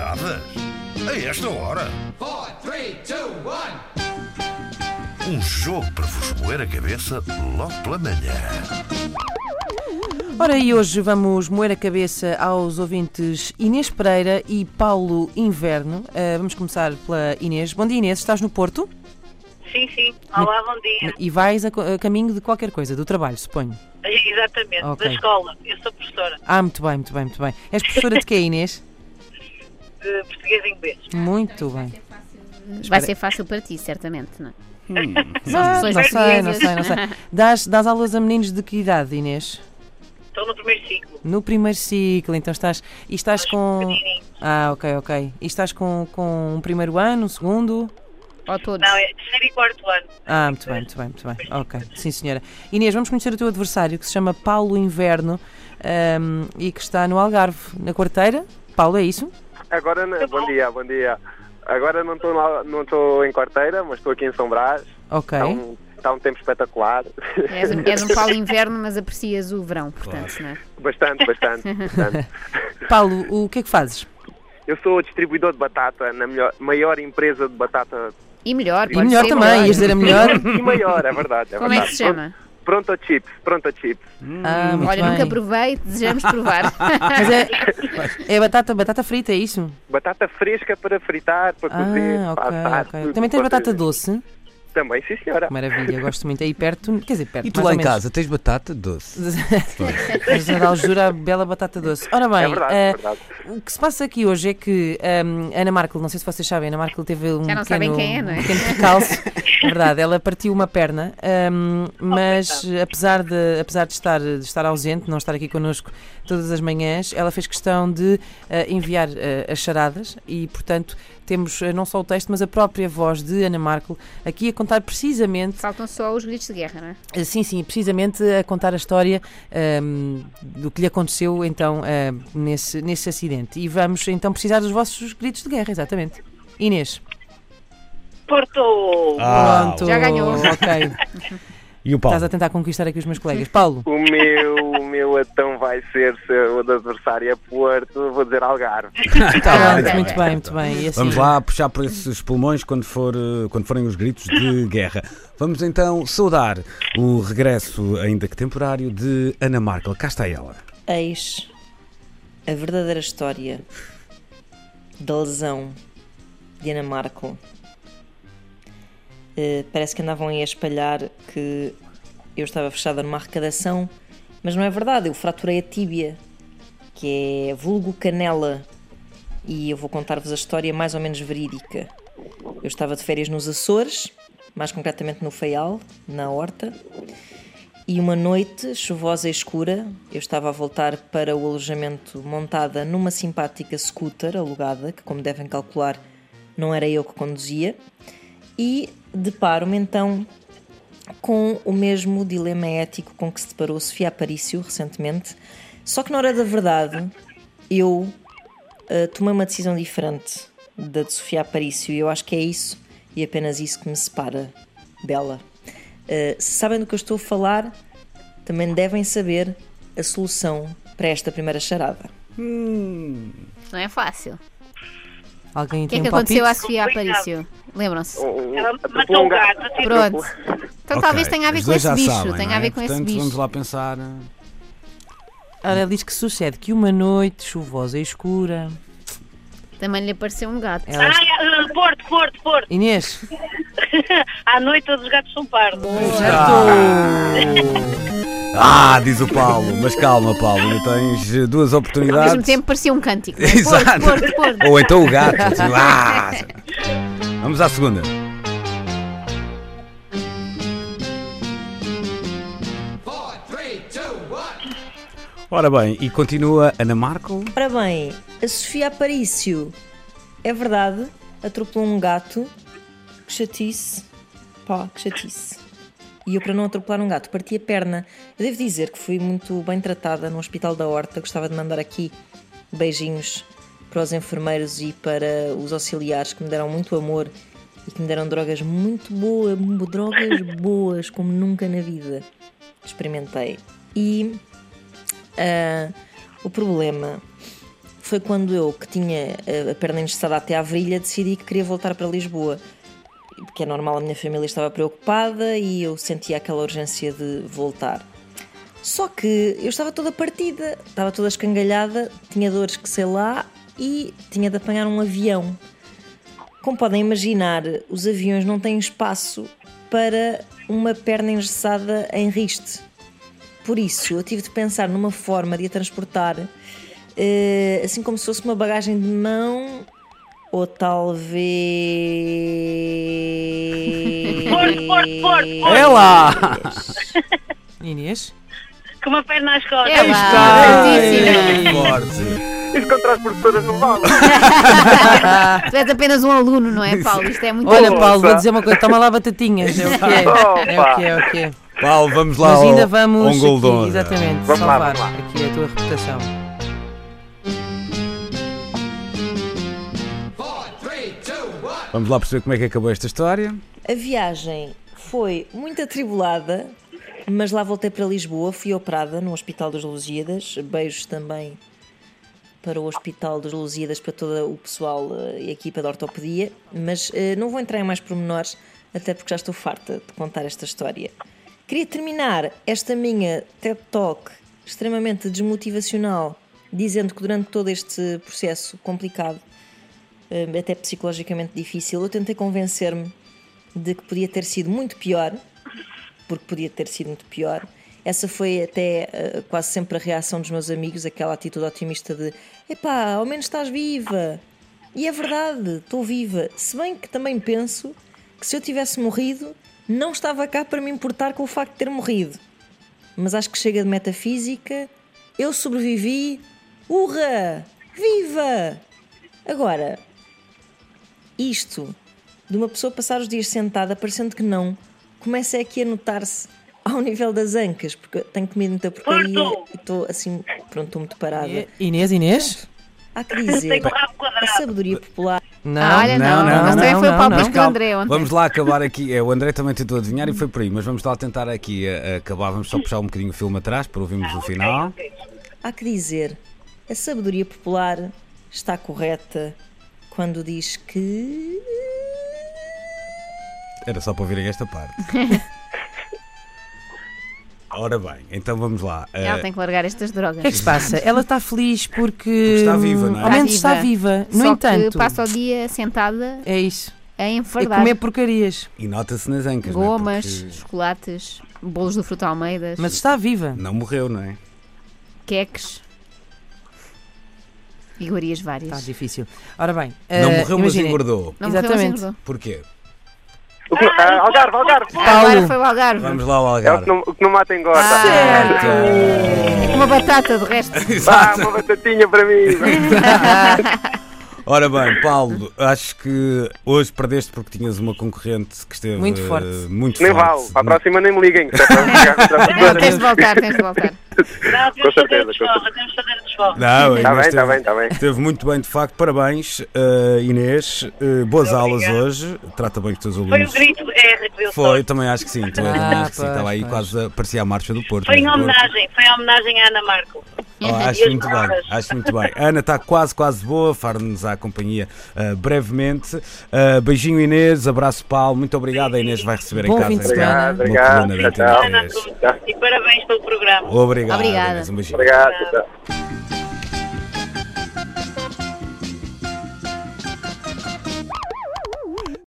charadas? A esta hora? 4, 3, 2, 1. Um jogo para vos moer a cabeça logo pela manhã. Ora, e hoje vamos moer a cabeça aos ouvintes Inês Pereira e Paulo Inverno. Vamos começar pela Inês. Bom dia, Inês. Estás no Porto? Sim. Olá, bom dia. E vais a caminho de qualquer coisa, do trabalho, suponho. Exatamente, Ok. da escola. Eu sou professora Muito bem. És professora de quê, Inês? de português e inglês. Muito bem. Vai ser fácil para ti, certamente, não é? Não pessoas sei. portuguesas. Dás aulas a meninos de que idade, Inês? Estou no primeiro ciclo. No primeiro ciclo, então estás com... Pequenininho. Ok. E estás com um primeiro ano, um segundo? Ou todos. Não, é terceiro e quarto ano. Muito bem. Ok, sim senhora. Inês, vamos conhecer o teu adversário, que se chama Paulo Inverno e que está no Algarve, na Quarteira. Paulo, é isso? Agora, bom dia. Agora não estou em Quarteira, mas estou aqui em São Brás. Ok. Está um tempo espetacular. És um Paulo Inverno, mas aprecias o verão, portanto, não é? Bastante. Paulo, o que é que fazes? Eu sou distribuidor de batata na maior empresa de batata. E melhor, E pode melhor ser também, melhor. ias dizer a melhor? E maior, é verdade. Como é que se chama? Pronto a chips. Muito Olha, bem. nunca provei, desejamos provar. Mas é batata frita, é isso? Batata fresca para fritar, para cozer, para assar. Ok. tudo. Também tens Pode- batata doce? Também, sim senhora. Maravilha, gosto muito. Aí perto, quer dizer, perto, E tu mais lá ou em menos. casa tens batata doce? Mas a Aljura, a bela batata doce. Ora bem, É verdade. o que se passa aqui hoje é que Ana Markel, não sei se vocês sabem, Ana Markel teve um Já não sabem quem é, não é? pequeno percalço. É verdade, ela partiu uma perna, mas apesar de estar ausente, não estar aqui connosco todas as manhãs, ela fez questão de enviar as charadas e, portanto, temos não só o texto, mas a própria voz de Ana Markel aqui a contar precisamente. Faltam só os gritos de guerra, não é? Sim, precisamente a contar a história do que lhe aconteceu então nesse acidente. E vamos então precisar dos vossos gritos de guerra, exatamente. Inês. Porto! Pronto. Já ganhou. Ok. E o Paulo? Estás a tentar conquistar aqui os meus colegas. Paulo. O meu então vai ser, se o do adversário é Porto, vou dizer Algarve. Pronto, ok. muito bem. E assim, Vamos lá puxar por esses pulmões quando forem os gritos de guerra. Vamos então saudar o regresso, ainda que temporário, de Ana Markel. Cá está ela. Eis a verdadeira história da lesão de Ana Markel. Parece que andavam aí a espalhar que eu estava fechada numa arrecadação, mas não é verdade, eu fraturei a tíbia, que é vulgo canela, e eu vou contar-vos a história mais ou menos verídica. Eu estava de férias nos Açores, mais concretamente no Faial, na Horta, e uma noite chuvosa e escura, eu estava a voltar para o alojamento montada numa simpática scooter alugada, que, como devem calcular, não era eu que conduzia, e deparo-me então com o mesmo dilema ético com que se deparou Sofia Aparício recentemente, só que na hora da verdade eu tomei uma decisão diferente da de Sofia Aparício e eu acho que é isso e apenas isso que me separa dela. Se sabem do que eu estou a falar, também devem saber a solução para esta primeira charada. Não é fácil. alguém O que é tem que um palpite? aconteceu à Sofia Aparício? Lembram-se? Ela Atropelou matou um um gato. gato. Pronto. Então Ok, talvez tenha a ver os com dois esse já bicho. sabem, Tenha não a ver é? com esse Portanto, bicho. vamos lá pensar. Ela diz que sucede que uma noite chuvosa e escura. Também lhe apareceu um gato. Ela... Porto. Inês. À noite todos os gatos são pardos. Diz o Paulo, mas calma, Paulo, ainda tens duas Ao oportunidades. mesmo tempo parecia um cântico. Não é? Exato. Porto. Ou então o gato. Vamos à segunda. 4, 3, 2, 1. Ora bem, e continua Ana Markel. Ora bem, a Sofia Aparício, é verdade, atropelou um gato, que chatice, que chatice. E eu, para não atropelar um gato, parti a perna. Eu devo dizer que fui muito bem tratada no Hospital da Horta. Gostava de mandar aqui beijinhos para os enfermeiros e para os auxiliares que me deram muito amor e que me deram drogas muito boas, drogas boas, como nunca na vida experimentei. E o problema foi quando eu, que tinha a perna engessada até à virilha, decidi que queria voltar para Lisboa. Porque é normal, a minha família estava preocupada e eu sentia aquela urgência de voltar. Só que eu estava toda partida, estava toda escangalhada, tinha dores que sei lá e tinha de apanhar um avião. Como podem imaginar, os aviões não têm espaço para uma perna engessada em riste. Por isso, eu tive de pensar numa forma de a transportar, assim como se fosse uma bagagem de mão, ou talvez... Porto. É lá! Inês? Com uma perna às costas. É lá, certíssimo. Forte! Isso contra as professoras não vale. Tu és apenas um aluno, não é, Paulo? Isto é muito Olha, bom. Paulo, vou dizer uma coisa. Toma lá batatinhas. É o que é. É o que é. Paulo, vamos lá Mas ainda ao vamos um gol de aqui, honra. exatamente, Vamos lá, salvar vamos lá. aqui a tua reputação. 4, 3, 2, 1. Vamos lá perceber como é que acabou esta história. A viagem foi muito atribulada, mas lá voltei para Lisboa, fui operada no Hospital dos Lusíadas. Beijos também para o Hospital dos Lusíadas, para todo o pessoal e a equipa de ortopedia. Mas não vou entrar em mais pormenores, até porque já estou farta de contar esta história. Queria terminar esta minha TED Talk extremamente desmotivacional, dizendo que durante todo este processo complicado, até psicologicamente difícil, eu tentei convencer-me de que podia ter sido muito pior, porque podia ter sido muito pior. Essa foi até quase sempre a reação dos meus amigos, aquela atitude otimista de epá, ao menos estás viva. E é verdade, estou viva. Se bem que também penso que se eu tivesse morrido, não estava cá para me importar com o facto de ter morrido. Mas acho que chega de metafísica, eu sobrevivi, urra, viva! Agora, isto de uma pessoa passar os dias sentada, parecendo que não, começa aqui a notar-se ao nível das ancas, porque eu tenho comido muita porcaria e estou assim, pronto, estou muito parada. Inês? Há que dizer, Tenho um rabo a quadrado. sabedoria popular Não. Olha, não. Mas também foi o palpite do André ontem. Vamos lá acabar aqui. O André também tentou adivinhar e foi por aí, mas vamos lá tentar aqui acabar. Vamos só puxar um bocadinho o filme atrás para ouvirmos o final. Há que dizer, a sabedoria popular está correta quando diz que... Era só para ouvirem esta parte. Ora bem, então vamos lá. Ela tem que largar estas drogas. O que é que se passa? Ela está feliz porque está viva, não é? Ao menos está viva. No Só entanto, que passa o dia sentada é isso. a É enfardar. comer porcarias. E nota-se nas ancas, não é? Gomas, Porque chocolates, bolos do Fruto Almeidas, Mas está viva. não morreu, não é? queques, iguarias várias. Está difícil. Ora bem, Não morreu, mas imaginem. engordou. Não morreu, mas Exatamente. engordou. Porquê? Algarve. Agora foi o Algarve. Vamos lá ao É Algarve. o que não mata engorda. Uma batata, de resto. Uma batatinha para mim. Ora bem, Paulo, acho que hoje perdeste porque tinhas uma concorrente que esteve Muito forte. muito Nem vale. forte. Para a próxima nem me liguem. que é para ficar contra a Não, professora. tens de voltar. Não, temos Com de fazer certeza, a desforra, temos de fazer a desforra. Não, Está Inês bem, está bem. Esteve muito bem, de facto. Parabéns, Inês. Boas aulas hoje. Trata bem os teus Foi alunos. o grito de guerra que deu Foi, sorte. também acho que sim. Também acho que sim. pois, Estava aí pois. quase, parecia a marcha do Porto. Foi em mas do Porto. homenagem à Ana Marco. Acho muito bem, acho muito bem. A Ana está quase boa, far-nos à companhia brevemente. Beijinho, Inês, abraço, Paulo. Muito obrigado. A Inês vai receber em Bom casa. fim de semana. Obrigado. Uma coluna da Tchau. Inês. E parabéns pelo programa. Obrigado, Obrigada. Inês, um beijinho. Obrigado.